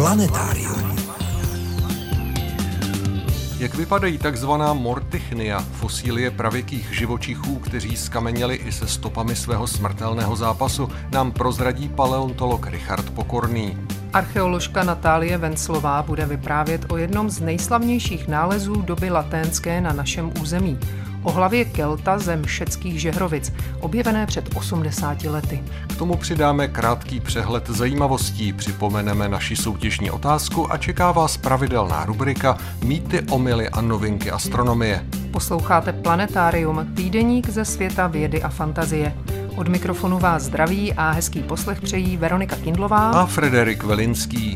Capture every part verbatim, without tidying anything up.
Planetárium. Jak vypadají takzvaná mortychnia, fosílie pravěkých živočichů, kteří skameněli i se stopami svého smrtelného zápasu, nám prozradí paleontolog Richard Pokorný. Archeoložka Natálie Venclová bude vyprávět o jednom z nejslavnějších nálezů doby laténské na našem území. O hlavě kelta ze Mšeckých Žehrovic, objevené před osmdesáti lety. K tomu přidáme krátký přehled zajímavostí, připomeneme naši soutěžní otázku a čeká vás pravidelná rubrika Mýty, omyly a novinky astronomie. Posloucháte Planetárium, týdeník ze světa vědy a fantazie. Od mikrofonu vás zdraví a hezký poslech přejí Veronika Kindlová a Frederik Velinský.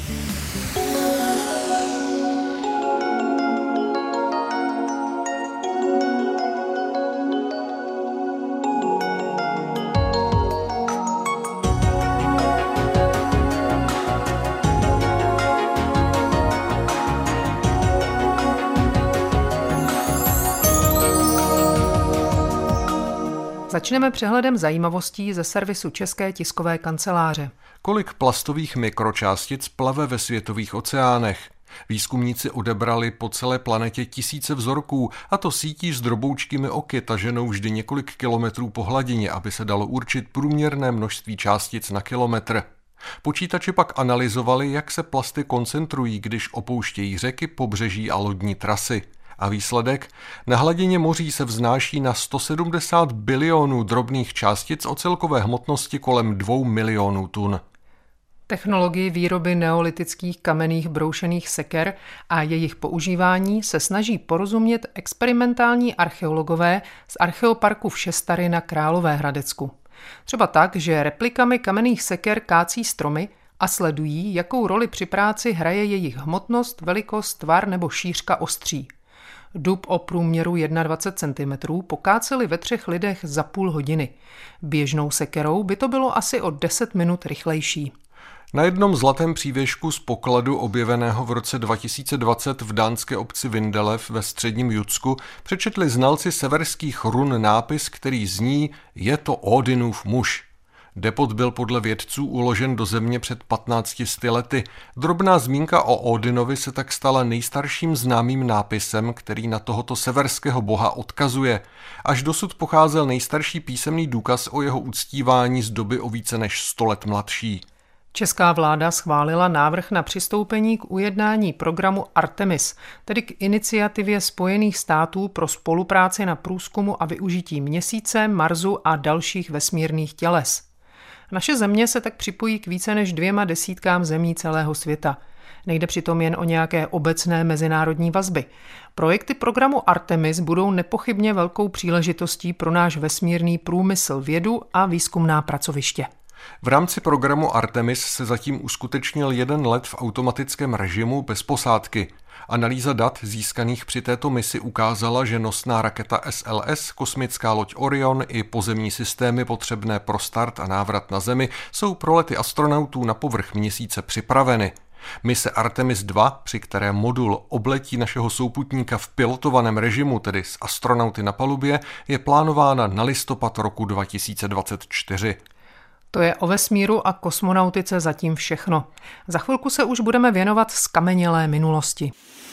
Začneme přehledem zajímavostí ze servisu České tiskové kanceláře. Kolik plastových mikročástic plave ve světových oceánech? Výzkumníci odebrali po celé planetě tisíce vzorků, a to sítí s droboučkými oky taženou vždy několik kilometrů po hladině, aby se dalo určit průměrné množství částic na kilometr. Počítači pak analyzovali, jak se plasty koncentrují, když opouštějí řeky, pobřeží a lodní trasy. A výsledek? Na hladině moří se vznáší na sto sedmdesát bilionů drobných částic o celkové hmotnosti kolem dvou milionů tun. Technologii výroby neolitických kamenných broušených seker a jejich používání se snaží porozumět experimentální archeologové z archeoparku Všestary na Královéhradecku. Třeba tak, že replikami kamenných seker kácí stromy a sledují, jakou roli při práci hraje jejich hmotnost, velikost, tvar nebo šířka ostří. Dub o průměru dvacet jedna centimetrů pokáceli ve třech lidech za půl hodiny. Běžnou sekerou by to bylo asi o deset minut rychlejší. Na jednom zlatém přívěšku z pokladu objeveného v roce dva tisíce dvacet v dánské obci Vindelev ve středním Judsku přečetli znalci severských run nápis, který zní "Je to Odinův muž". Depot byl podle vědců uložen do země před patnácti sty lety. Drobná zmínka o Odinovi se tak stala nejstarším známým nápisem, který na tohoto severského boha odkazuje. Až dosud pocházel nejstarší písemný důkaz o jeho uctívání z doby o více než sto let mladší. Česká vláda schválila návrh na přistoupení k ujednání programu Artemis, tedy k iniciativě Spojených států pro spolupráci na průzkumu a využití Měsíce, Marsu a dalších vesmírných těles. Naše země se tak připojí k více než dvěma desítkám zemí celého světa. Nejde přitom jen o nějaké obecné mezinárodní vazby. Projekty programu Artemis budou nepochybně velkou příležitostí pro náš vesmírný průmysl, vědu a výzkumná pracoviště. V rámci programu Artemis se zatím uskutečnil jeden let v automatickém režimu bez posádky. Analýza dat získaných při této misi ukázala, že nosná raketa S L S, kosmická loď Orion i pozemní systémy potřebné pro start a návrat na Zemi jsou pro lety astronautů na povrch Měsíce připraveny. Mise Artemis dva, při které modul obletí našeho souputníka v pilotovaném režimu, tedy s astronauty na palubě, je plánována na listopad roku dva tisíce dvacet čtyři. To je o vesmíru a kosmonautice zatím všechno. Za chvilku se už budeme věnovat zkamenělé minulosti.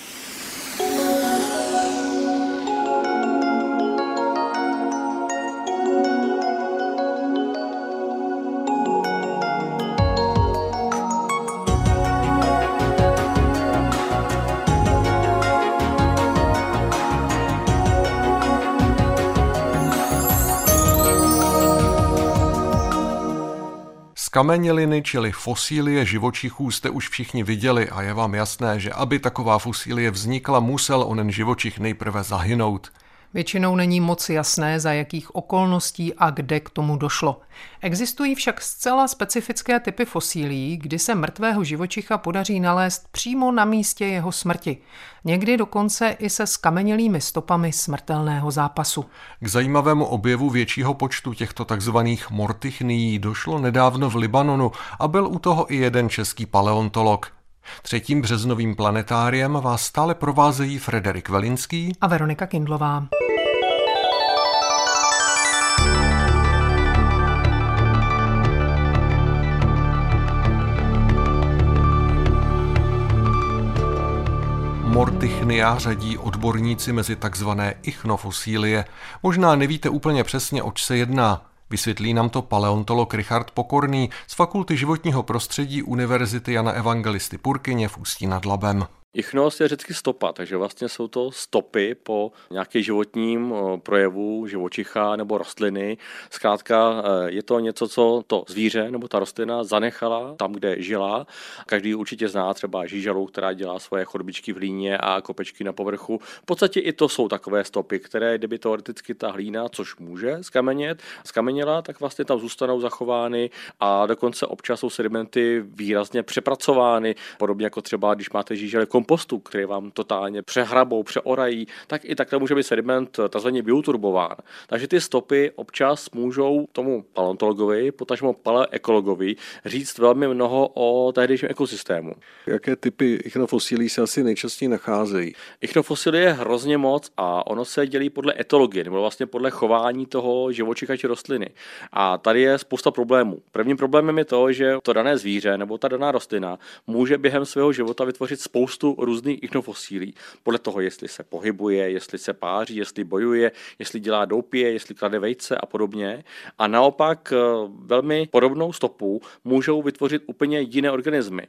Skameněliny, čili fosílie živočichů, jste už všichni viděli a je vám jasné, že aby taková fosílie vznikla, musel onen živočich nejprve zahynout. Většinou není moc jasné, za jakých okolností a kde k tomu došlo. Existují však zcela specifické typy fosílií, kdy se mrtvého živočicha podaří nalézt přímo na místě jeho smrti. Někdy dokonce i se skamenělými stopami smrtelného zápasu. K zajímavému objevu většího počtu těchto takzvaných mortychnií došlo nedávno v Libanonu a byl u toho i jeden český paleontolog. Třetím březnovým planetáriem vás stále provázejí Frederik Velinský a Veronika Kindlová. Mortychnia řadí odborníci mezi takzvané ichnofosílie. Možná nevíte úplně přesně, oč se jedná. Vysvětlí nám to paleontolog Richard Pokorný z Fakulty životního prostředí Univerzity Jana Evangelisty Purkyně v Ústí nad Labem. Ichnos je řecky stopa, takže vlastně jsou to stopy po nějakém životním projevu živočicha nebo rostliny. Zkrátka je to něco, co to zvíře nebo ta rostlina zanechala tam, kde žila. Každý určitě zná třeba žížalu, která dělá svoje chodbičky v hlíně a kopečky na povrchu. V podstatě i to jsou takové stopy, které kdyby teoreticky ta hlína, což může skamenět, skameněla, tak vlastně tam zůstanou zachovány a dokonce občas jsou sedimenty výrazně přepracovány, podobně jako třeba když máte žížaly kompostu, který vám totálně přehrabou, přeorají, tak i takhle může být sediment takzvaně bioturbován. Takže ty stopy občas můžou tomu paleontologovi, potažmo paleoekologovi říct velmi mnoho o tehdejším ekosystému. Jaké typy ichnofosílií se asi nejčastěji nacházejí? Ichnofosílie je hrozně moc a ono se dělí podle etologie, nebo vlastně podle chování toho živočicha či rostliny. A tady je spousta problémů. Prvním problémem je to, že to dané zvíře nebo ta daná rostlina může během svého života vytvořit spoustu různých ichnofosílií. Podle toho, jestli se pohybuje, jestli se páří, jestli bojuje, jestli dělá doupě, jestli klade vejce a podobně. A naopak velmi podobnou stopu můžou vytvořit úplně jiné organismy.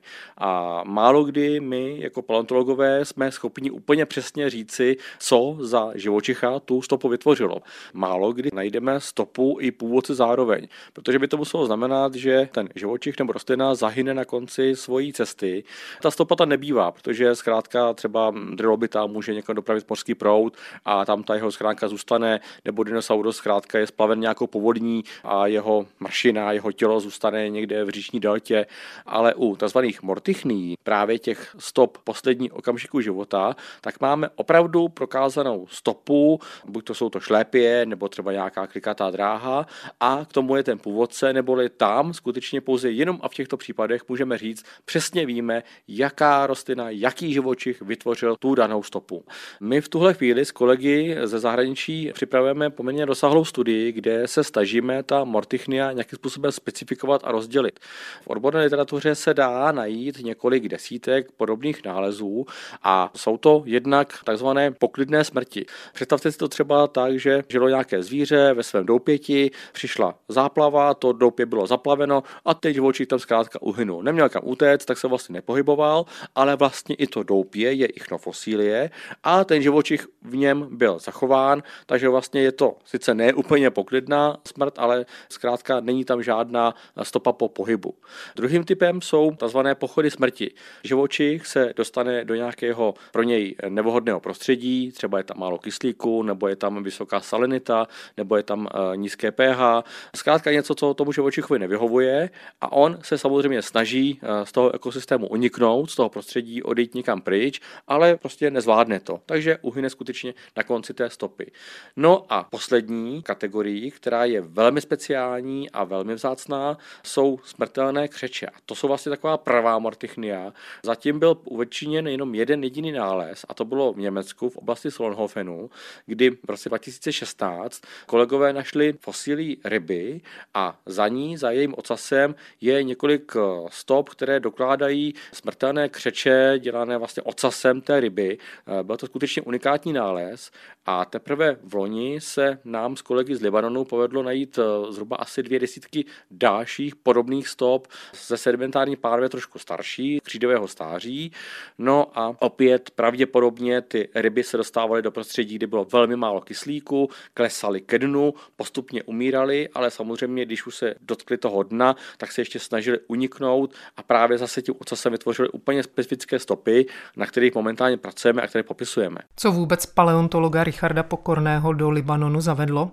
A málo kdy my jako paleontologové jsme schopni úplně přesně říci, co za živočicha tu stopu vytvořilo. Málo kdy najdeme stopu i původce zároveň, protože by to muselo znamenat, že ten živočich nebo rostlina zahyne na konci svojí cesty. Ta stopa tam nebývá, protože zkrátka třeba drilobita může někam dopravit mořský proud a tam ta jeho schránka zůstane, nebo dinosaurus zkrátka je splaven nějakou povodní a jeho mašina, jeho tělo zůstane někde v říční deltě, ale u tzv. Mortychnií, právě těch stop poslední okamžiku života, tak máme opravdu prokázanou stopu, buď to jsou to šlépě, nebo třeba nějaká klikatá dráha a k tomu je ten původce, neboli tam skutečně pouze jenom a v těchto případech můžeme říct, přesně víme, jaká rostlina, jaký živočich vytvořil tu danou stopu. My v tuhle chvíli s kolegy ze zahraničí připravujeme poměrně rozsáhlou studii, kde se snažíme ta mortychnia nějakým způsobem specifikovat a rozdělit. V odborné literatuře se dá najít několik desítek podobných nálezů a jsou to jednak takzvané poklidné smrti. Představte si to třeba tak, že žilo nějaké zvíře ve svém doupěti, přišla záplava, to doupě bylo zaplaveno a ten živočich tam zkrátka uhynul. Neměl kam utéct, tak se vlastně nepohyboval, ale vlastně i to doupě je ichnofosílie a ten živočich v něm byl zachován, takže vlastně je to sice ne úplně poklidná smrt, ale zkrátka není tam žádná stopa po pohybu. Druhým typem jsou takzvané pochody smrti. Živočich se dostane do nějakého pro něj nevhodného prostředí, třeba je tam málo kyslíku, nebo je tam vysoká salinita, nebo je tam nízké pH. Zkrátka něco, co tomu živočichovi nevyhovuje a on se samozřejmě snaží z toho ekosystému uniknout, z toho prostředí odejít někam pryč, ale prostě nezvládne to. Takže uhyne skutečně na konci té stopy. No a poslední kategorii, která je velmi speciální a velmi vzácná, jsou smrtelné křeče. A to jsou vlastně taková pravá mortychnia. Zatím byl uvětšiněn jenom jeden jediný nález a to bylo v Německu v oblasti Solnhofenu, kdy v roce dva tisíce šestnáct kolegové našli fosílí ryby a za ní, za jejím ocasem je několik stop, které dokládají smrtelné křeče dělané vlastně ocasem té ryby. Byl to skutečně unikátní nález a teprve v loni se nám s kolegy z Libanonu povedlo najít zhruba asi dvě desítky dalších podobných stop ze sedimentární pánve trošku starší, křídového stáří. No a opět pravděpodobně ty ryby se dostávaly do prostředí, kde bylo velmi málo kyslíku, klesaly ke dnu, postupně umíraly, ale samozřejmě, když už se dotkli toho dna, tak se ještě snažili uniknout a právě zase tím ocasem vytvořili úplně specifické stopy, na kterých momentálně pracujeme a které popisujeme. Co vůbec paleontologa Richarda Pokorného do Libanonu zavedlo?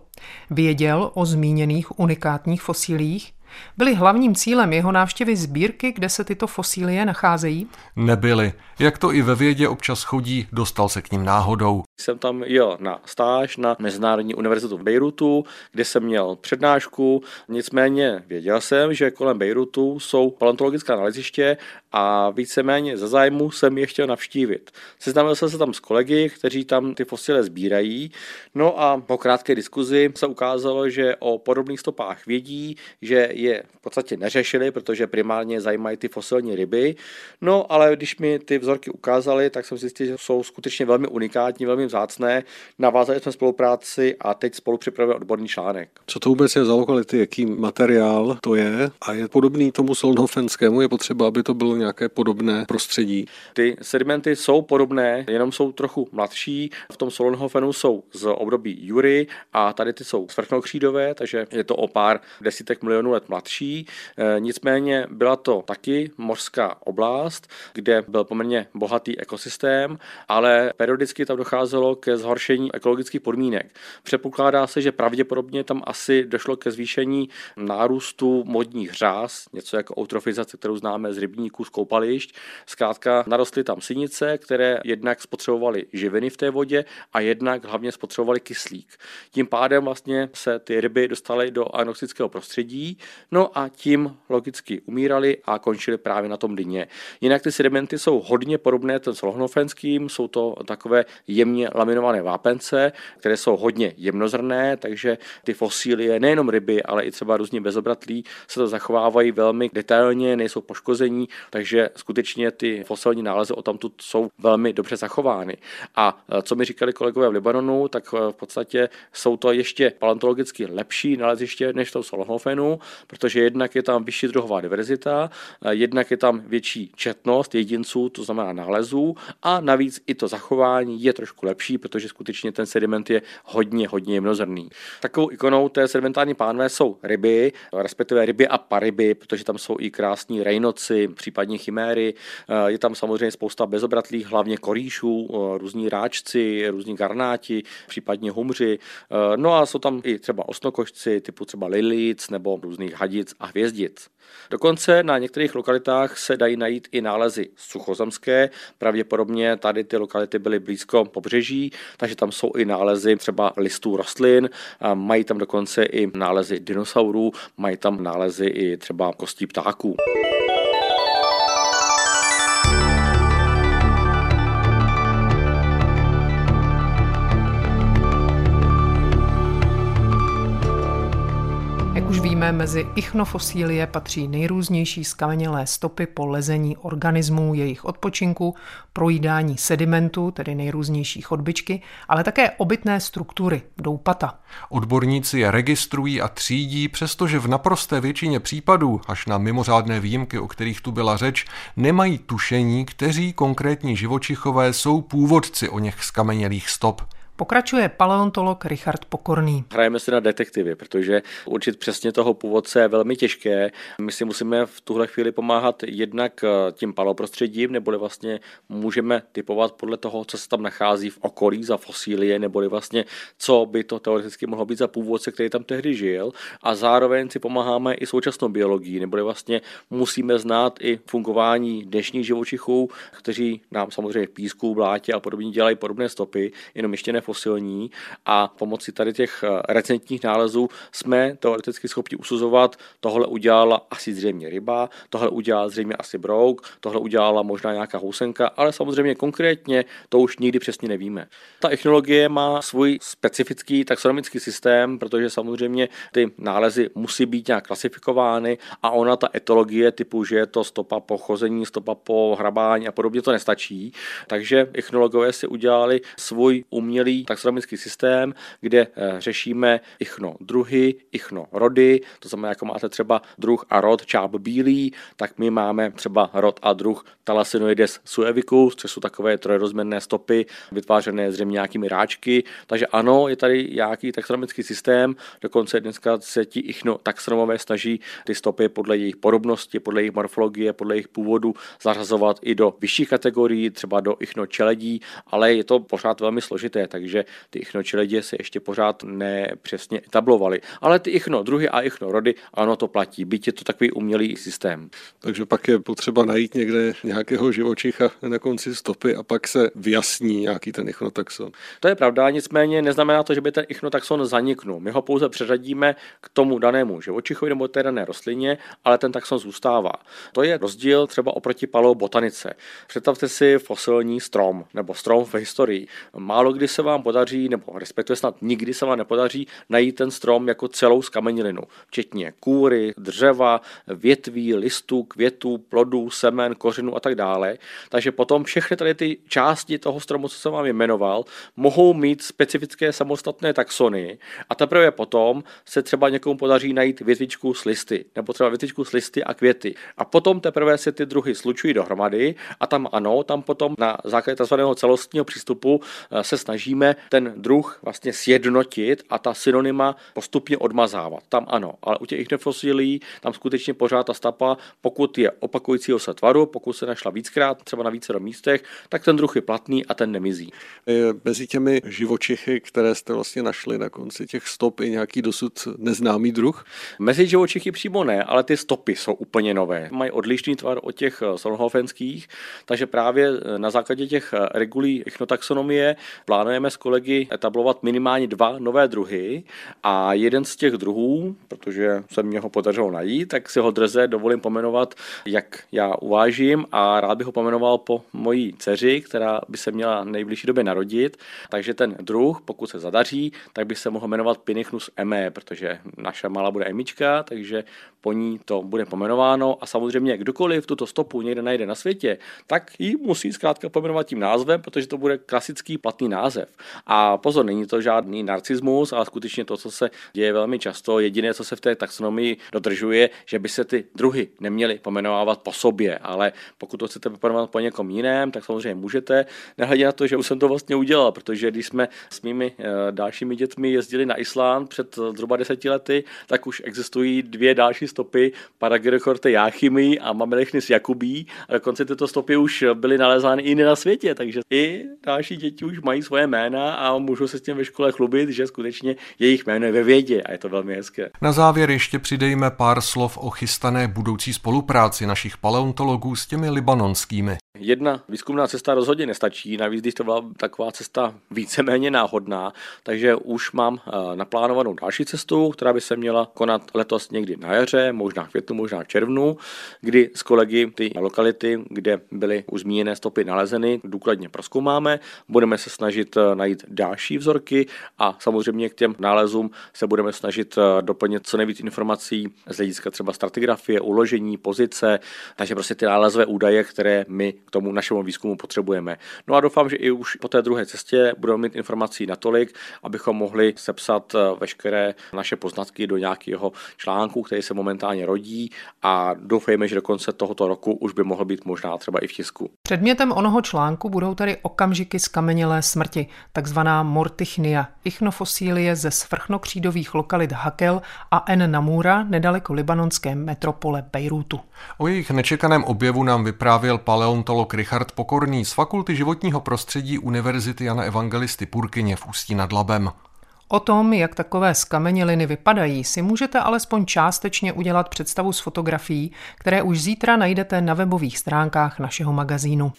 Věděl o zmíněných unikátních fosíliích? Byly hlavním cílem jeho návštěvy sbírky, kde se tyto fosílie nacházejí? Nebyly. Jak to i ve vědě občas chodí, dostal se k ním náhodou. Jsem tam jel na stáž na Mezinárodní univerzitu v Bejrutu, kde jsem měl přednášku, nicméně věděl jsem, že kolem Bejrutu jsou paleontologická naleziště a víceméně ze zájmu jsem je chtěl navštívit. Seznámil jsem se tam s kolegy, kteří tam ty fosílie sbírají, no a po krátké diskuzi se ukázalo, že o podobných stopách vědí, že je v podstatě neřešili, protože primárně zajímají ty fosilní ryby. No, ale když mi ty vzorky ukázali, tak jsem zjistil, že jsou skutečně velmi unikátní, velmi vzácné. Navázali jsme spolupráci a teď spolu připravujeme odborný článek. Co to vůbec je za lokality, jaký materiál to je a je podobný tomu solnhofenskému, je potřeba, aby to bylo nějaké podobné prostředí? Ty sedimenty jsou podobné, jenom jsou trochu mladší. V tom Solnhofenu jsou z období Jury a tady ty jsou svrchnokřídové, takže je to o pár desítek milionů let mladší. E, nicméně byla to taky mořská oblast, kde byl poměrně bohatý ekosystém, ale periodicky tam docházelo ke zhoršení ekologických podmínek. Předpokládá se, že pravděpodobně tam asi došlo ke zvýšení nárůstu modních řas, něco jako eutrofizace, kterou známe z rybníků, z koupališť. Zkrátka narostly tam sinice, které jednak spotřebovaly živiny v té vodě a jednak hlavně spotřebovaly kyslík. Tím pádem vlastně se ty ryby dostaly do anoxického prostředí, no a tím logicky umíraly a končily právě na tom dně. Jinak ty sedimenty jsou hodně podobné těm solnhofenským, jsou to takové jemně laminované vápence, které jsou hodně jemnozrnné, takže ty fosílie, nejenom ryby, ale i třeba různí bezobratlí se to zachovávají velmi detailně, nejsou poškození, takže skutečně ty fosilní nálezy odtamtud jsou velmi dobře zachovány. A co mi říkali kolegové v Libanonu, tak v podstatě jsou to ještě paleontologicky lepší naleziště než v tom Solnhofenu, protože jednak je tam vyšší druhová diverzita, jednak je tam větší četnost jedinců, to znamená nálezů, a navíc i to zachování je trošku lepší, protože skutečně ten sediment je hodně, hodně jemnozrnný. Takovou ikonou té sedimentární pánve jsou ryby, respektive ryby a paryby, protože tam jsou i krásní rejnoci, případně chiméry. Je tam samozřejmě spousta bezobratlých, hlavně korýšů, různí ráčci, různí garnáti, případně humři. No a jsou tam i třeba osnokošci, typu třeba lilic nebo různých hadic a hvězdic. Dokonce na některých lokalitách se dají najít i nálezy suchozemské. Pravděpodobně tady ty lokality byly blízko pobřeží, takže tam jsou i nálezy třeba listů rostlin, mají tam dokonce i nálezy dinosaurů, mají tam nálezy i třeba kostí ptáků. Už víme, mezi ichnofosílie patří nejrůznější skamenělé stopy po lezení organismů, jejich odpočinku, projídání sedimentu, tedy nejrůznější chodbičky, ale také obytné struktury, doupata. Odborníci je registrují a třídí, přestože v naprosté většině případů, až na mimořádné výjimky, o kterých tu byla řeč, nemají tušení, kteří konkrétní živočichové jsou původci oněch skamenělých stop. Pokračuje paleontolog Richard Pokorný. Hrajeme si na detektivy, protože určit přesně toho původce je velmi těžké. My si musíme v tuhle chvíli pomáhat jednak tím paleoprostředím, neboli vlastně můžeme typovat podle toho, co se tam nachází v okolí za fosílie, neboli vlastně co by to teoreticky mohlo být za původce, který tam tehdy žil. A zároveň si pomáháme i současnou biologii, neboli vlastně musíme znát i fungování dnešních živočichů, kteří nám samozřejmě v písku, blátě a podobně dělají podobné stopy, jenom ještě ne fosilní, a pomocí tady těch recentních nálezů jsme teoreticky schopni usuzovat, tohle udělala asi zřejmě ryba, tohle udělala zřejmě asi brouk, tohle udělala možná nějaká housenka, ale samozřejmě konkrétně to už nikdy přesně nevíme. Ta ichnologie má svůj specifický taxonomický systém, protože samozřejmě ty nálezy musí být nějak klasifikovány a ona ta etologie typu, že je to stopa po chození, stopa po hrabání a podobně, to nestačí. Takže ichnologové si udělali svůj umělý taxonomický systém, kde řešíme ichno druhy, ichno rody, to znamená, jako máte třeba druh a rod čáp bílý, tak my máme třeba rod a druh Thalassinoides suevicus, což jsou takové trojrozměrné stopy, vytvářené zřejmě nějakými ráčky. Takže ano, je tady nějaký taxonomický systém, dokonce dneska se ti ichno taxonomové snaží ty stopy podle jejich podobnosti, podle jejich morfologie, podle jejich původu zařazovat i do vyšších kategorií, třeba do ichno čeledí, ale je to pořád velmi složité, takže ty ichnočeledě se ještě pořád nepřesně etablovaly. Ale ty ichno druhy a ichno rody, ano, to platí, byť je to takový umělý systém. Takže pak je potřeba najít někde nějakého živočicha na konci stopy a pak se vyjasní nějaký ten ichnotaxon. To je pravda, nicméně neznamená to, že by ten ichnotaxon zaniknul. My ho pouze přeřadíme k tomu danému živočichovi nebo té dané rostlině, ale ten taxon zůstává. To je rozdíl třeba oproti paleobotanice. Představte si fosilní strom nebo strom v historii. Málo kdy se vám vám podaří, nebo respektive snad nikdy se vám nepodaří najít ten strom jako celou zkamenělinu, včetně kůry, dřeva, větví, listů, květů, plodů, semen, kořenů a tak dále. Takže potom všechny tady ty části toho stromu, co jsem vám jmenoval, mohou mít specifické samostatné taxony a teprve potom se třeba někomu podaří najít větvičku s listy, nebo třeba větvičku s listy a květy. A potom teprve se ty druhy slučují dohromady a tam ano, tam potom na základě tzv. Celostního přístupu se snažíme ten druh vlastně sjednotit a ta synonyma postupně odmazávat. Tam ano, ale u těch ichnofosilí tam skutečně pořád ta stapa, pokud je opakujícího se tvaru, pokud se našla víckrát, třeba na více místech, tak ten druh je platný a ten nemizí. Mezi těmi živočichy, které jste vlastně našli na konci těch stop, je nějaký dosud neznámý druh? Mezi živočichy přímo ne, ale ty stopy jsou úplně nové. Mají odlišný tvar od těch solnhofenských, takže právě na základě těch regulí ichnotaxonomie plánujeme s kolegy etablovat minimálně dva nové druhy a jeden z těch druhů, protože se mě ho podařilo najít, tak si ho drze dovolím pomenovat, jak já uvážím a rád bych ho pomenoval po mojí dceři, která by se měla v nejbližší době narodit. Takže ten druh, pokud se zadaří, tak by se mohl jmenovat Pinichnus eme, protože naše malá bude emička, takže po ní to bude pomenováno a samozřejmě kdokoliv tuto stopu někde najde na světě, tak ji musí zkrátka pomenovat tím názvem, protože to bude klasický platný název. A pozor, není to žádný narcismus, ale skutečně to, co se děje velmi často, jediné, co se v té taxonomii dodržuje, že by se ty druhy neměly pomenovávat po sobě, ale pokud to chcete pomenovat po někom jiném, tak samozřejmě můžete, nehledě na to, že už jsem to vlastně udělal, protože když jsme s mými e, dalšími dětmi jezdili na Island před zhruba deseti lety, tak už existují dvě další stopy Paragyrochorte jáchymii a Mamelichnis jacobí a dokonce tyto stopy už byly nalézány i na světě, takže i další děti už mají svoje jména a můžou se s tím ve škole chlubit, že skutečně jejich jméno je ve vědě a je to velmi hezké. Na závěr ještě přidejme pár slov o chystané budoucí spolupráci našich paleontologů s těmi libanonskými. Jedna výzkumná cesta rozhodně nestačí, navíc když to byla taková cesta víceméně náhodná, takže už mám naplánovanou další cestu, která by se měla konat letos někdy na jaře, možná v květnu, možná v červnu, kdy s kolegy ty lokality, kde byly už zmíněné stopy nalezeny, důkladně prozkoumáme, budeme se snažit najít další vzorky a samozřejmě k těm nálezům se budeme snažit doplnit co nejvíc informací z hlediska třeba stratigrafie, uložení, pozice, takže prostě ty nálezové údaje, které my k tomu našemu výzkumu potřebujeme. No a doufám, že i už po té druhé cestě budeme mít informací natolik, abychom mohli sepsat veškeré naše poznatky do nějakého článku, který se momentálně rodí a doufejme, že do konce tohoto roku už by mohl být možná třeba i v tisku. Předmětem onoho článku budou tady okamžiky zkamenělé smrti, takzvaná mortichnia, ichnofosílie ze svrchnokřídových lokalit Hakel a En Namura nedaleko libanonské metropole Bejrútu. O jejich nečekaném objevu nám vyprávěl paleontolog Richard Pokorný z Fakulty životního prostředí Univerzity Jana Evangelisty Purkyně v Ústí nad Labem. O tom, jak takové zkameněliny vypadají, si můžete alespoň částečně udělat představu z fotografií, které už zítra najdete na webových stránkách našeho magazínu.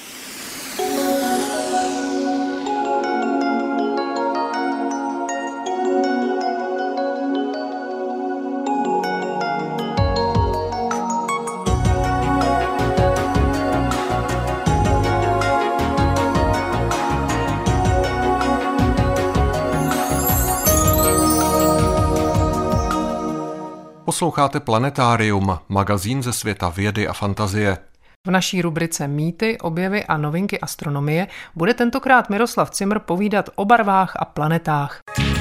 Posloucháte Planetárium, magazín ze světa vědy a fantazie. V naší rubrice Mýty, objevy a novinky astronomie bude tentokrát Miroslav Cimr povídat o barvách a planetách.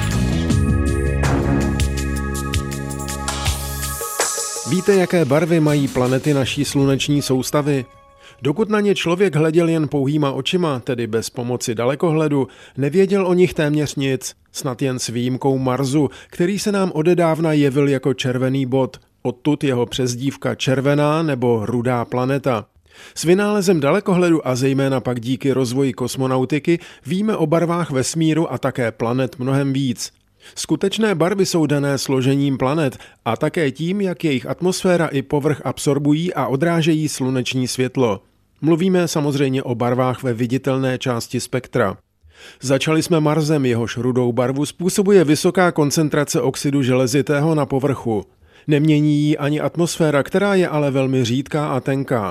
Víte, jaké barvy mají planety naší sluneční soustavy? Dokud na ně člověk hleděl jen pouhýma očima, tedy bez pomoci dalekohledu, nevěděl o nich téměř nic, snad jen s výjimkou Marsu, který se nám odedávna jevil jako červený bod, odtud jeho přezdívka červená nebo rudá planeta. S vynálezem dalekohledu a zejména pak díky rozvoji kosmonautiky víme o barvách vesmíru a také planet mnohem víc. Skutečné barvy jsou dané složením planet a také tím, jak jejich atmosféra i povrch absorbují a odrážejí sluneční světlo. Mluvíme samozřejmě o barvách ve viditelné části spektra. Začali jsme Marsem, jehož rudou barvu způsobuje vysoká koncentrace oxidu železitého na povrchu. Nemění ji ani atmosféra, která je ale velmi řídká a tenká.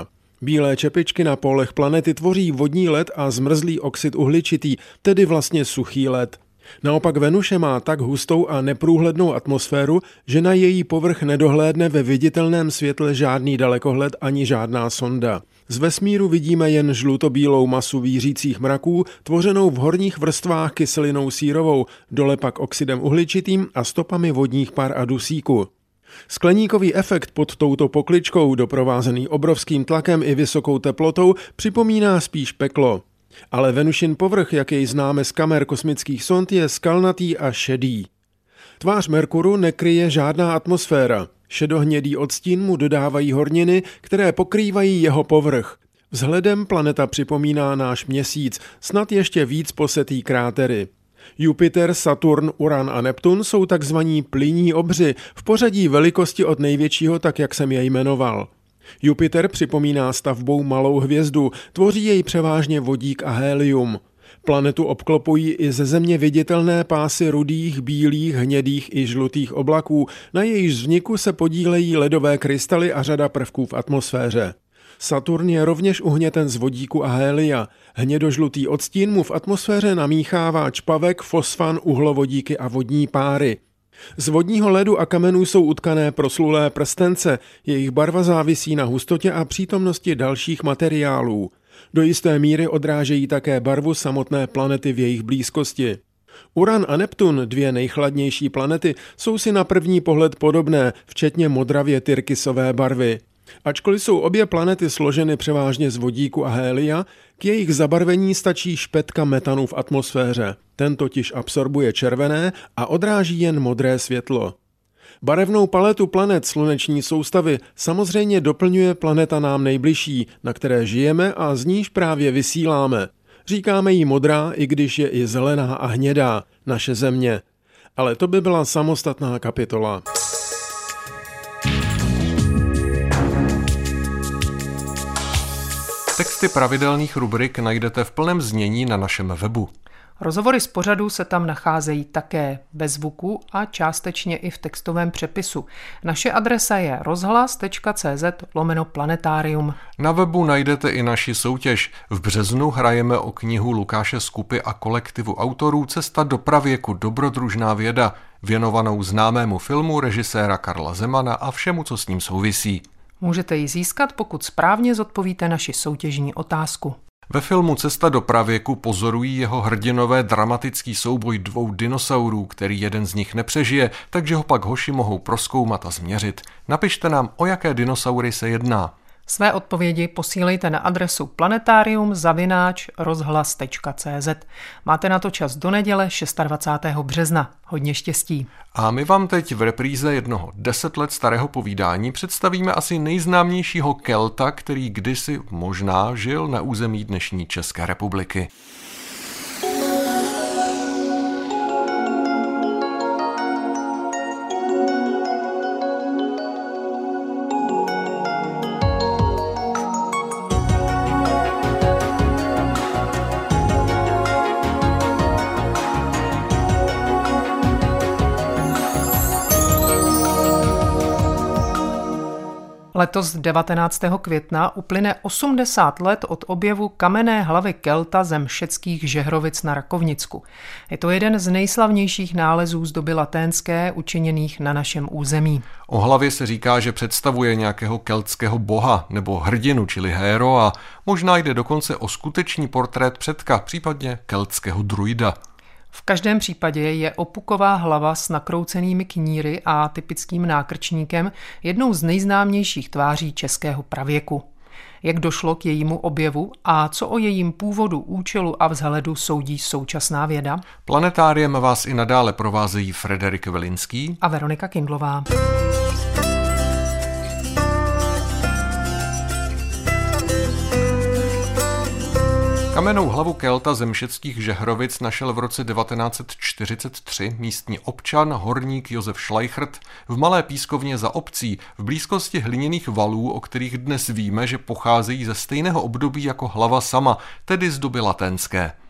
Bílé čepičky na pólech planety tvoří vodní led a zmrzlý oxid uhličitý, tedy vlastně suchý led. Naopak Venuše má tak hustou a neprůhlednou atmosféru, že na její povrch nedohlédne ve viditelném světle žádný dalekohled ani žádná sonda. Z vesmíru vidíme jen žluto-bílou masu vířících mraků, tvořenou v horních vrstvách kyselinou sírovou, dole pak oxidem uhličitým a stopami vodních par a dusíku. Skleníkový efekt pod touto pokličkou, doprovázený obrovským tlakem i vysokou teplotou, připomíná spíš peklo. Ale Venušin povrch, jak jej známe z kamer kosmických sond, je skalnatý a šedý. Tvář Merkuru nekryje žádná atmosféra. Šedohnědý odstín mu dodávají horniny, které pokrývají jeho povrch. Vzhledem planeta připomíná náš měsíc, snad ještě víc posetý krátery. Jupiter, Saturn, Uran a Neptun jsou takzvaní plynní obři, v pořadí velikosti od největšího, tak jak jsem je jmenoval. Jupiter připomíná stavbou malou hvězdu, tvoří jej převážně vodík a hélium. Planetu obklopují i ze Země viditelné pásy rudých, bílých, hnědých i žlutých oblaků, na jejichž vzniku se podílejí ledové krystaly a řada prvků v atmosféře. Saturn je rovněž uhněten z vodíku a hélia. Hnědožlutý odstín mu v atmosféře namíchává čpavek, fosfan, uhlovodíky a vodní páry. Z vodního ledu a kamenů jsou utkané proslulé prstence, jejich barva závisí na hustotě a přítomnosti dalších materiálů. Do jisté míry odrážejí také barvu samotné planety v jejich blízkosti. Uran a Neptun, dvě nejchladnější planety, jsou si na první pohled podobné, včetně modravě tyrkysové barvy. Ačkoliv jsou obě planety složeny převážně z vodíku a hélia, k jejich zabarvení stačí špetka metanu v atmosféře. Ten totiž absorbuje červené a odráží jen modré světlo. Barevnou paletu planet sluneční soustavy samozřejmě doplňuje planeta nám nejbližší, na které žijeme a z níž právě vysíláme. Říkáme jí modrá, i když je i zelená a hnědá, naše Země. Ale to by byla samostatná kapitola. Texty pravidelných rubrik najdete v plném znění na našem webu. Rozhovory z pořadu se tam nacházejí také bez zvuku a částečně i v textovém přepisu. Naše adresa je rozhlas.cz lomeno planetarium. Na webu najdete i naši soutěž. V březnu hrajeme o knihu Lukáše Skupy a kolektivu autorů Cesta do pravěku, dobrodružná věda, věnovanou známému filmu režiséra Karla Zemana a všemu, co s ním souvisí. Můžete ji získat, pokud správně zodpovíte naši soutěžní otázku. Ve filmu Cesta do pravěku pozorují jeho hrdinové dramatický souboj dvou dinosaurů, který jeden z nich nepřežije, takže ho pak hoši mohou prozkoumat a změřit. Napište nám, o jaké dinosaury se jedná. Své odpovědi posílejte na adresu planetarium zavináč rozhlas tečka cz. Máte na to čas do neděle dvacátého šestého března. Hodně štěstí. A my vám teď v repríze jednoho deset let starého povídání představíme asi nejznámějšího Kelta, který kdysi možná žil na území dnešní České republiky. Letos devatenáctého května uplyne osmdesát let od objevu kamenné hlavy Kelta ze Mšeckých Žehrovic na Rakovnicku. Je to jeden z nejslavnějších nálezů z doby laténské učiněných na našem území. O hlavě se říká, že představuje nějakého keltského boha nebo hrdinu, čili héro, a možná jde dokonce o skutečný portrét předka, případně keltského druida. V každém případě je opuková hlava s nakroucenými kníry a typickým nákrčníkem jednou z nejznámějších tváří českého pravěku. Jak došlo k jejímu objevu a co o jejím původu, účelu a vzhledu soudí současná věda? Planetáriem vás i nadále provázejí Frederik Velinský a Veronika Kindlová. Kamennou hlavu Kelta ze Mšeckých Žehrovic našel v roce devatenáct set čtyřicet tři místní občan, horník Josef Šlajchrt v Malé pískovně za obcí v blízkosti hliněných valů, o kterých dnes víme, že pocházejí ze stejného období jako hlava sama, tedy z doby laténské.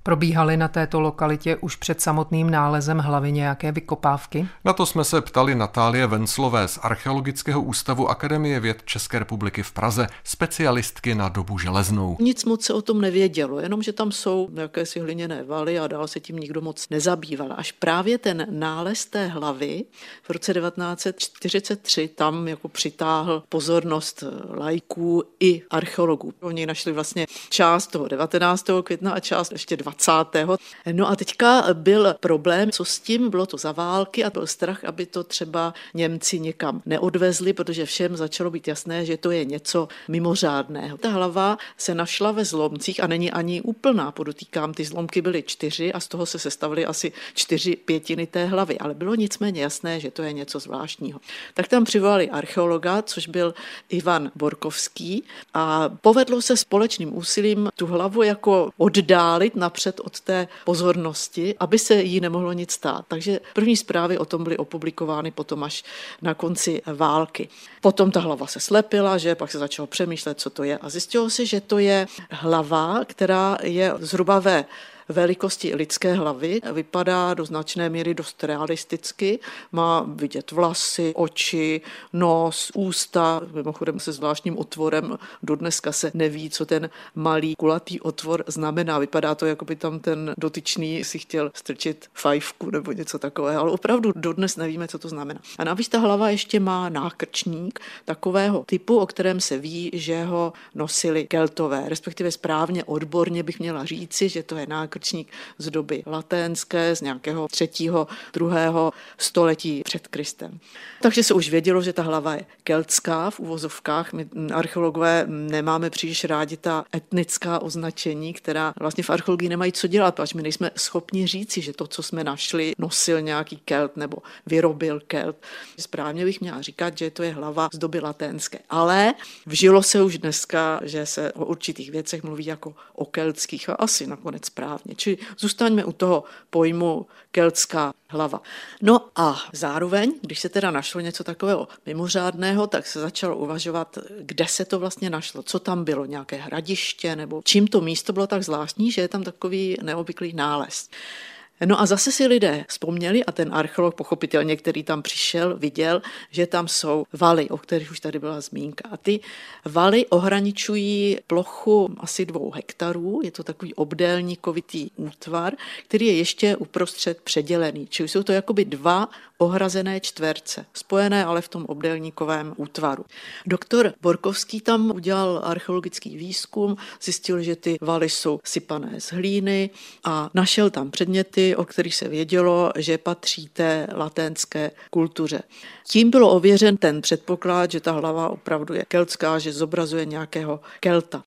Probíhaly na této lokalitě už před samotným nálezem hlavy nějaké vykopávky? Na to jsme se ptali Natálie Venclové z Archeologického ústavu Akademie věd České republiky v Praze, specialistky na dobu železnou. Nic moc se o tom nevědělo, jenom že tam jsou jakési hliněné valy a dál se tím nikdo moc nezabýval. Až právě ten nález té hlavy v roce devatenáct set čtyřicet tři tam jako přitáhl pozornost laiků i archeologů. Oni našli vlastně část toho devatenáctého května a část ještě dvacátého No a teďka byl problém, co s tím, bylo to za války a byl strach, aby to třeba Němci někam neodvezli, protože všem začalo být jasné, že to je něco mimořádného. Ta hlava se našla ve zlomcích a není ani úplná, podotýkám, ty zlomky byly čtyři a z toho se sestavily asi čtyři pětiny té hlavy, ale bylo nicméně jasné, že to je něco zvláštního. Tak tam přivolali archeologa, což byl Ivan Borkovský a povedlo se společným úsilím tu hlavu jako oddálit napřed od té pozornosti, aby se jí nemohlo nic stát. Takže první zprávy o tom byly opublikovány potom až na konci války. Potom ta hlava se slepila, že pak se začalo přemýšlet, co to je a zjistilo se, že to je hlava, která je zhruba ve velikosti lidské hlavy, vypadá do značné míry dost realisticky, má vidět vlasy, oči, nos, ústa, mimochodem se zvláštním otvorem, dodneska se neví, co ten malý kulatý otvor znamená. Vypadá to, jako by tam ten dotyčný si chtěl strčit fajfku nebo něco takového, ale opravdu dodnes nevíme, co to znamená. A navíc ta hlava ještě má nákrčník takového typu, o kterém se ví, že ho nosili Keltové, respektive správně odborně bych měla říci, že to je nákrčník z doby laténské, z nějakého třetího, druhého století před Kristem. Takže se už vědělo, že ta hlava je keltská v uvozovkách. My archeologové nemáme příliš rádi ta etnická označení, která vlastně v archeologii nemají co dělat, protože my nejsme schopni říci, že to, co jsme našli, nosil nějaký Kelt nebo vyrobil Kelt. Správně bych měla říkat, že to je hlava z doby laténské. Ale vžilo se už dneska, že se o určitých věcech mluví jako o keltských a asi nakonec správně. Čili zůstaňme u toho pojmu keltská hlava. No a zároveň, když se teda našlo něco takového mimořádného, tak se začalo uvažovat, kde se to vlastně našlo, co tam bylo, nějaké hradiště, nebo čím to místo bylo tak zvláštní, že je tam takový neobvyklý nález. No a zase si lidé vzpomněli a ten archeolog pochopitelně, který tam přišel, viděl, že tam jsou valy, o kterých už tady byla zmínka. A ty valy ohraničují plochu asi dvou hektarů, je to takový obdélníkovitý útvar, který je ještě uprostřed předělený. Čili jsou to jakoby dva ohrazené čtverce, spojené ale v tom obdélníkovém útvaru. Doktor Borkovský tam udělal archeologický výzkum, zjistil, že ty valy jsou sypané z hlíny a našel tam předměty, o kterých se vědělo, že patří té laténské kultuře. Tím bylo ověřen ten předpoklad, že ta hlava opravdu je keltská, že zobrazuje nějakého Kelta.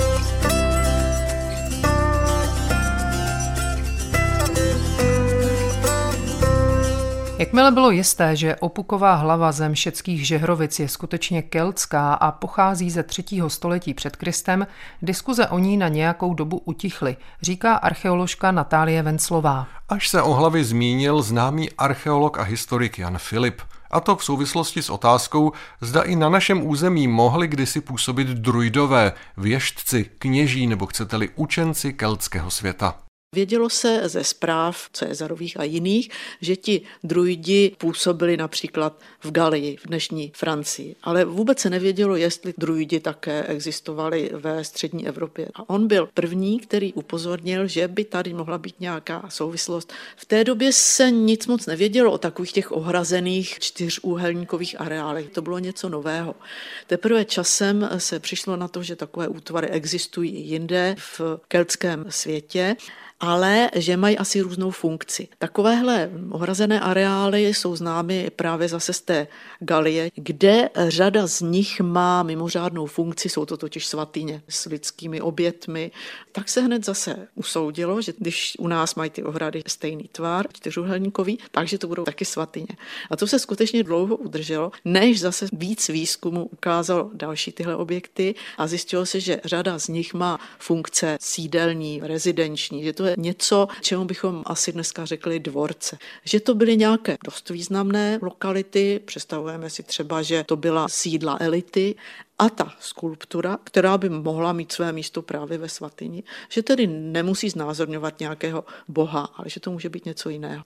Jakmile bylo jisté, že Opuková hlava ze Mšeckých Žehrovic je skutečně keltská a pochází ze třetího století před Kristem, diskuze o ní na nějakou dobu utichly, říká archeoložka Natálie Venclová. Až se o hlavě zmínil známý archeolog a historik Jan Filip. A to v souvislosti s otázkou, zda i na našem území mohli kdysi působit druidové, věštci, kněží nebo chcete-li učenci keltského světa. Vědělo se ze zpráv Cezarových a jiných, že ti druidi působili například v Galii, v dnešní Francii. Ale vůbec se nevědělo, jestli druidi také existovali ve střední Evropě. A on byl první, který upozornil, že by tady mohla být nějaká souvislost. V té době se nic moc nevědělo o takových těch ohrazených čtyřúhelníkových areálech. To bylo něco nového. Teprve časem se přišlo na to, že takové útvary existují i jinde v keltském světě, ale že mají asi různou funkci. Takovéhle ohrazené areály jsou známy právě zase z té Galie, kde řada z nich má mimořádnou funkci, jsou to totiž svatyně s lidskými obětmi. Tak se hned zase usoudilo, že když u nás mají ty ohrady stejný tvar, čtyřúhelníkový, takže to budou taky svatyně. A to se skutečně dlouho udrželo, než zase víc výzkumu ukázalo další tyhle objekty a zjistilo se, že řada z nich má funkce sídelní, rezidenční, že to je něco, čemu bychom asi dneska řekli dvorce. Že to byly nějaké dost významné lokality, představujeme si třeba, že to byla sídla elity, a ta skulptura, která by mohla mít své místo právě ve svatyni, že tedy nemusí znázorňovat nějakého boha, ale že to může být něco jiného.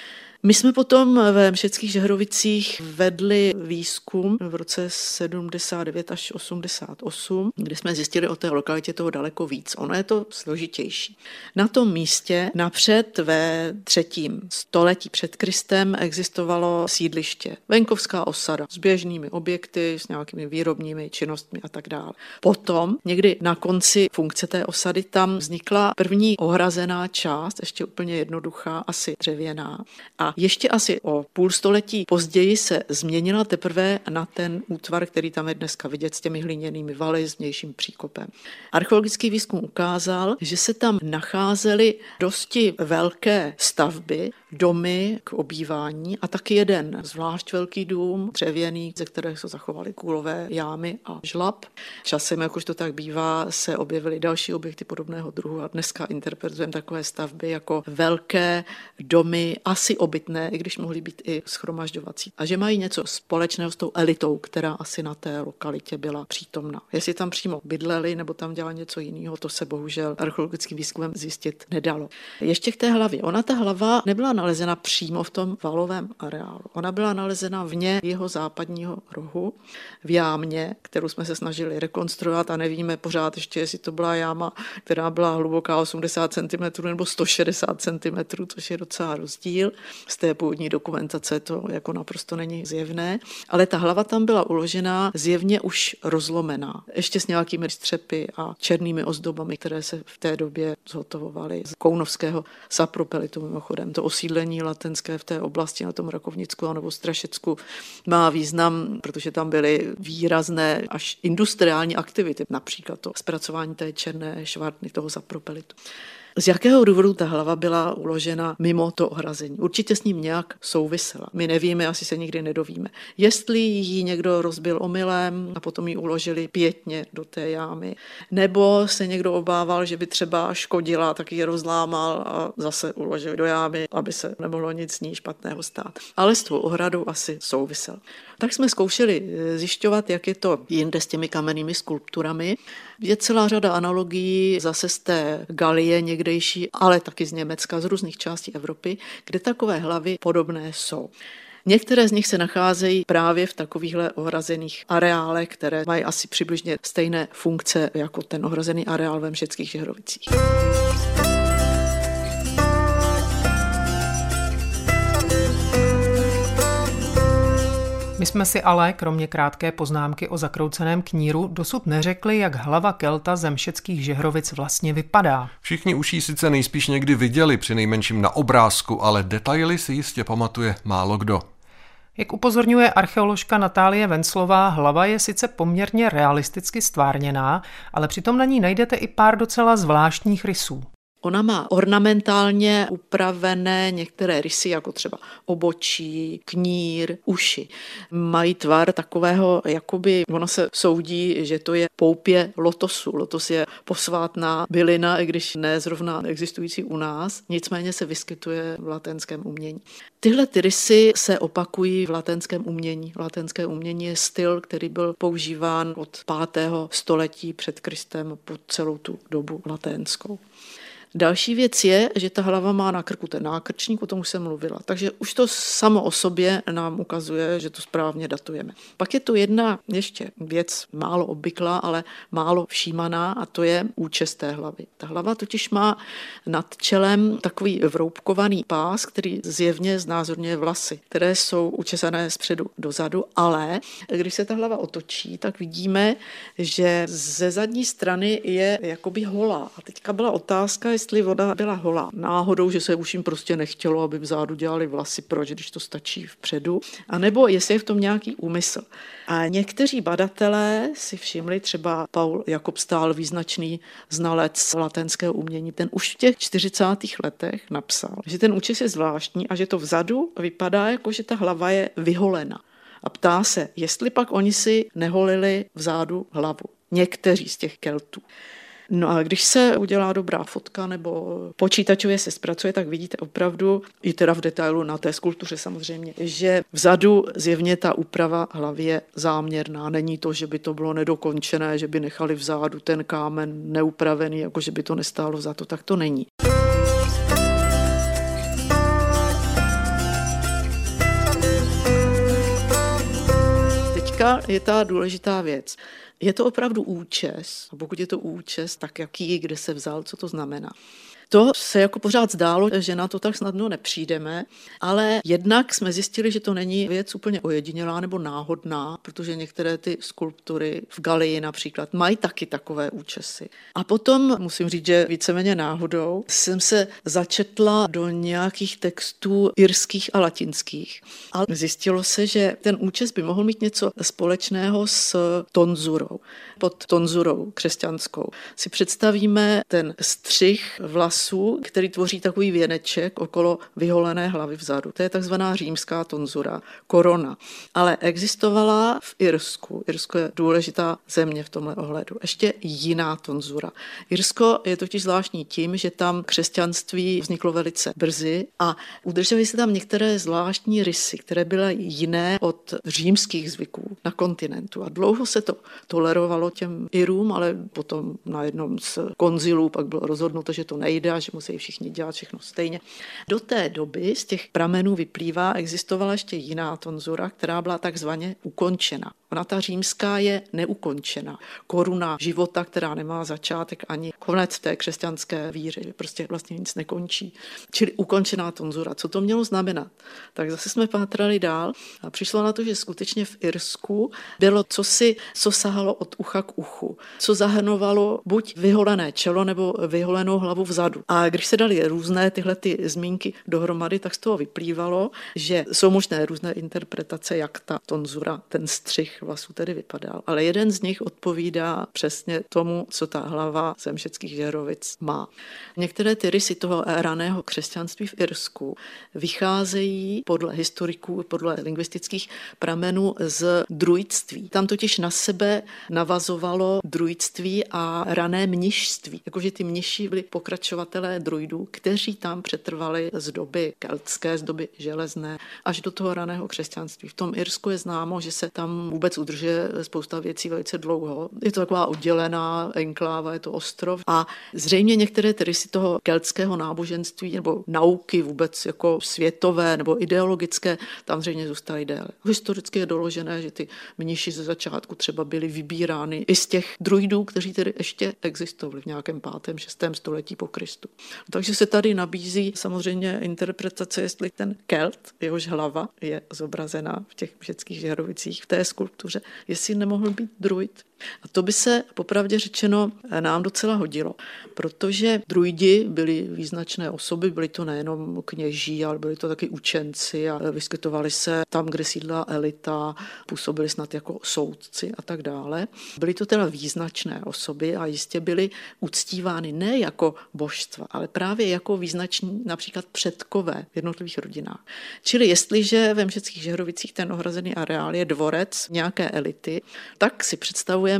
My jsme potom ve Mšeckých Žehrovicích vedli výzkum v roce sedmdesát devět až osmdesát osm, kdy jsme zjistili o té lokalitě toho daleko víc. Ono je to složitější. Na tom místě napřed ve třetím století před Kristem existovalo sídliště, venkovská osada s běžnými objekty, s nějakými výrobními činnostmi a tak dále. Potom někdy na konci funkce té osady tam vznikla první ohrazená část, ještě úplně jednoduchá, asi dřevěná. A ještě asi o půl století později se změnila teprve na ten útvar, který tam je dneska vidět s těmi hliněnými valy, s vnějším příkopem. Archeologický výzkum ukázal, že se tam nacházely dosti velké stavby, domy k obývání a taky jeden zvlášť velký dům, dřevěný, ze kterého se zachovaly kůlové jámy a žlab. Časem, jak už to tak bývá, se objevily další objekty podobného druhu a dneska interpretujeme takové stavby jako velké domy, asi obytné, i když mohly být i shromažďovací. A že mají něco společného s tou elitou, která asi na té lokalitě byla přítomna. Jestli tam přímo bydleli nebo tam dělali něco jiného, to se bohužel archeologickým výzkumem zjistit nedalo. Ještě k té hlavě. Ona ta hlava nebyla nalezena přímo v tom valovém areálu. Ona byla nalezena vně jeho západního rohu, v jámě, kterou jsme se snažili rekonstruovat a nevíme pořád ještě, jestli to byla jáma, která byla hluboká osmdesát centimetrů nebo sto šedesát centimetrů, což je docela rozdíl. Z té původní dokumentace to jako naprosto není zjevné, ale ta hlava tam byla uložená zjevně už rozlomená, ještě s nějakými střepy a černými ozdobami, které se v té době zhotovovaly z kounovského sapropelitu mimochodem. To osídlení latenské v té oblasti na tom Rakovnicku nebo Strašecku má význam, protože tam byly výrazné až industriální aktivity, například to zpracování té černé švartny, toho sapropelitu. Z jakého důvodu ta hlava byla uložena mimo to ohrazení? Určitě s ním nějak souvisela. My nevíme, asi se nikdy nedovíme. Jestli ji někdo rozbil omylem a potom ji uložili pětně do té jámy, nebo se někdo obával, že by třeba škodila, tak ji rozlámal a zase uložil do jámy, aby se nemohlo nic z ní špatného stát. Ale s tou ohradou asi souvisel. Tak jsme zkoušeli zjišťovat, jak je to jinde s těmi kamennými skulpturami. Je celá řada analogií zase z té Galie někdejší, ale taky z Německa, z různých částí Evropy, kde takové hlavy podobné jsou. Některé z nich se nacházejí právě v takovýchhle ohrazených areálech, které mají asi přibližně stejné funkce jako ten ohrazený areál ve Mšeckých Žehrovicích. My jsme si ale, kromě krátké poznámky o zakrouceném kníru, dosud neřekli, jak hlava Kelta ze Mšeckých Žehrovic vlastně vypadá. Všichni už ji sice nejspíš někdy viděli, přinejmenším na obrázku, ale detaily si jistě pamatuje málo kdo. Jak upozorňuje archeoložka Natálie Venclová, hlava je sice poměrně realisticky stvárněná, ale přitom na ní najdete i pár docela zvláštních rysů. Ona má ornamentálně upravené některé rysy, jako třeba obočí, knír, uši. Mají tvar takového, jakoby ono se soudí, že to je poupě lotosu. Lotos je posvátná bylina, i když ne zrovna existující u nás, nicméně se vyskytuje v latenském umění. Tyhle ty rysy se opakují v latenském umění. Latenské umění je styl, který byl používán od pátého století před Kristem po celou tu dobu laténskou. Další věc je, že ta hlava má na krku ten nákrčník, o tom už jsem mluvila. Takže už to samo o sobě nám ukazuje, že to správně datujeme. Pak je tu jedna ještě věc málo obvyklá, ale málo všímaná, a to je účes té hlavy. Ta hlava totiž má nad čelem takový vroubkovaný pás, který zjevně znázorňuje vlasy, které jsou učesané zpředu dozadu, ale když se ta hlava otočí, tak vidíme, že ze zadní strany je jakoby holá. A teďka byla otázka, jestli voda byla holá. Náhodou, že se už jim prostě nechtělo, aby vzadu dělali vlasy, proč, když to stačí vpředu, a nebo jestli je v tom nějaký úmysl. A někteří badatelé si všimli, třeba Paul Jakobstál, význačný znalec latenského umění, ten už v těch čtyřicátých letech napsal, že ten účes je zvláštní a že to vzadu vypadá jako, že ta hlava je vyholena. A ptá se, jestli pak oni si neholili vzadu hlavu. Někteří z těch Keltů. No a když se udělá dobrá fotka nebo počítačově se zpracuje, tak vidíte opravdu, i teda v detailu na té skulptuře samozřejmě, že vzadu zjevně ta úprava hlavy je záměrná. Není to, že by to bylo nedokončené, že by nechali vzadu ten kámen neupravený, jako že by to nestálo za to, tak to není. Teďka je ta důležitá věc. Je to opravdu účes, a pokud je to účes, tak jaký, kde se vzal, co to znamená. To se jako pořád zdálo, že na to tak snadno nepřijdeme, ale jednak jsme zjistili, že to není věc úplně ojedinělá nebo náhodná, protože některé ty skulptury v Galii například mají taky takové účesy. A potom, musím říct, že víceméně náhodou, jsem se začetla do nějakých textů irských a latinských. A zjistilo se, že ten účes by mohl mít něco společného s tonzurou. Pod tonzurou křesťanskou si představíme ten střih vlasů, který tvoří takový věneček okolo vyholené hlavy vzadu. To je takzvaná římská tonzura, korona. Ale existovala v Irsku. Irsko je důležitá země v tomhle ohledu. Ještě jiná tonzura. Irsko je totiž zvláštní tím, že tam křesťanství vzniklo velice brzy a udržely se tam některé zvláštní rysy, které byly jiné od římských zvyků na kontinentu. A dlouho se to tolerovalo těm Irům, ale potom na jednom z konzilů pak bylo rozhodnuto, že to nejde a že musí všichni dělat všechno stejně. Do té doby z těch pramenů vyplývá, existovala ještě jiná tonzura, která byla takzvaně ukončena. Ona ta římská je neukončena. Koruna života, která nemá začátek ani konec v té křesťanské víře, prostě vlastně nic nekončí. Čili ukončená tonzura. Co to mělo znamenat? Tak zase jsme pátrali dál a přišlo na to, že skutečně v Irsku bylo cosi, co sahalo od ucha k uchu, co zahrnovalo buď vyholené čelo nebo vyholenou hlavu vzadu. A když se dali různé tyhle ty zmínky dohromady, tak z toho vyplývalo, že jsou možné různé interpretace, jak ta tonzura, ten střih vlasů tedy vypadal. Ale jeden z nich odpovídá přesně tomu, co ta hlava Zemšeckých Žerovic má. Některé ty rysy toho raného křesťanství v Irsku vycházejí podle historiků, podle lingvistických pramenů z druidství. Tam totiž na sebe navazovalo druidství a rané mnišství. Jakože ty mniši byli pokračovatelé druidů, kteří tam přetrvali z doby keltské, z doby železné, až do toho raného křesťanství. V tom Irsku je známo, že se tam vůbec udržuje spousta věcí velice dlouho. Je to taková oddělená enkláva, je to ostrov a zřejmě některé ty rysy toho keltského náboženství nebo nauky vůbec jako světové nebo ideologické tam zřejmě zůstaly déle. Historicky je doložené, že ty mniši ze začátku třeba byli vybírány i z těch druidů, kteří tedy ještě existovali v nějakém pátém, šestém století po Kristu. Takže se tady nabízí samozřejmě interpretace, jestli ten Kelt, jehož hlava je zobrazena v těch Zemšeckých Žerovicích v té skulptuře, jestli nemohl být druid. A to by se popravdě řečeno nám docela hodilo, protože druidi byli význačné osoby, byli to nejenom kněží, ale byli to taky učenci a vyskytovali se tam, kde sídla elita, působili snad jako soudci a tak dále. Byly to teda význačné osoby a jistě byly uctívány ne jako božstva, ale právě jako význační například předkové v jednotlivých rodinách. Čili jestliže ve Zemšeckých Žerovicích ten ohrazený areál je dvorec nějaké elity, tak si představujeme,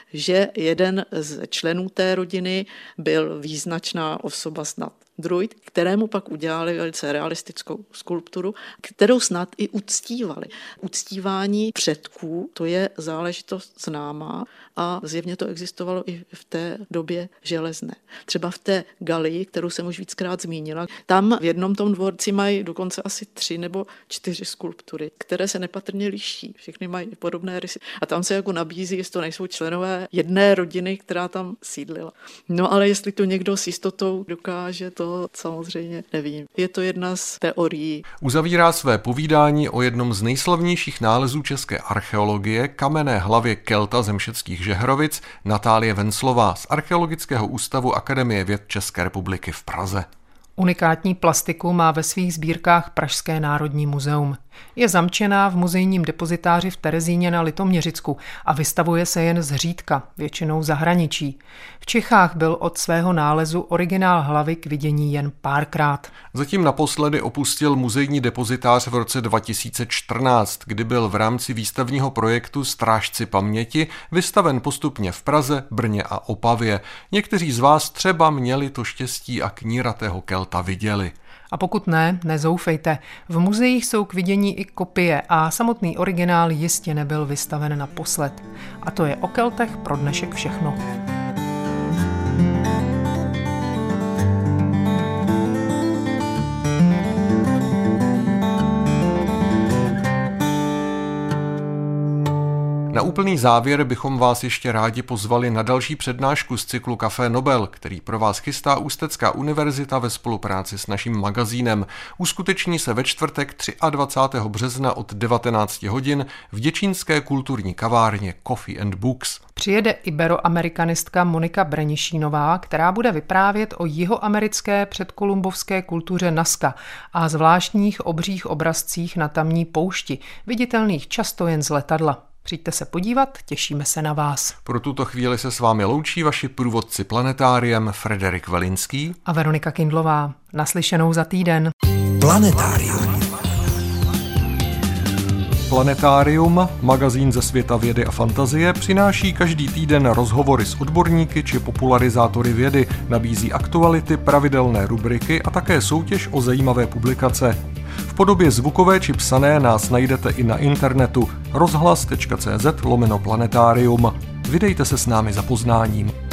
že jeden z členů té rodiny byl význačná osoba snad druid, kterému pak udělali velice realistickou skulpturu, kterou snad i uctívali. Uctívání předků, to je záležitost známá a zjevně to existovalo i v té době železné. Třeba v té Galii, kterou jsem už víckrát zmínila, tam v jednom tom dvorci mají dokonce asi tři nebo čtyři skulptury, které se nepatrně liší. Všechny mají podobné rysy. A tam se jako nabízí, jestli to nejsou členové jedné rodiny, která tam sídlila. No ale jestli to někdo s jistotou dokáže, to samozřejmě nevím. Je to jedna z teorií. Uzavírá své povídání o jednom z nejslavnějších nálezů české archeologie, kamenné hlavě Kelta Zemšeckých Žerovic, Natálie Venclová z Archeologického ústavu Akademie věd České republiky v Praze. Unikátní plastiku má ve svých sbírkách Pražské národní muzeum. Je zamčená v muzejním depozitáři v Terezíně na Litoměřicku a vystavuje se jen zřídka, většinou zahraničí. V Čechách byl od svého nálezu originál hlavy k vidění jen párkrát. Zatím naposledy opustil muzejní depozitář v roce dva tisíce čtrnáct, kdy byl v rámci výstavního projektu Strážci paměti vystaven postupně v Praze, Brně a Opavě. Někteří z vás třeba měli to štěstí a kníratého Kelta viděli. A pokud ne, nezoufejte. V muzeích jsou k vidění i kopie a samotný originál jistě nebyl vystaven naposled. A to je o Keltech pro dnešek všechno. Na úplný závěr bychom vás ještě rádi pozvali na další přednášku z cyklu Café Nobel, který pro vás chystá Ústecká univerzita ve spolupráci s naším magazínem. Uskuteční se ve čtvrtek dvacátého třetího března od devatenáct hodin v děčínské kulturní kavárně Coffee and Books. Přijede iberoamerikanistka Monika Brenišínová, která bude vyprávět o jihoamerické předkolumbovské kultuře Nazca a zvláštních obřích obrazcích na tamní poušti, viditelných často jen z letadla. Přijďte se podívat, těšíme se na vás. Pro tuto chvíli se s vámi loučí vaši průvodci planetáriem Frederik Velinský a Veronika Kindlová. Naslyšenou za týden. Planetárium. Planetárium, magazín ze světa vědy a fantazie, přináší každý týden rozhovory s odborníky či popularizátory vědy, nabízí aktuality, pravidelné rubriky a také soutěž o zajímavé publikace. V podobě zvukové či psané nás najdete i na internetu rozhlas tečka cé zet lomeno planetárium. Vydejte se s námi za poznáním.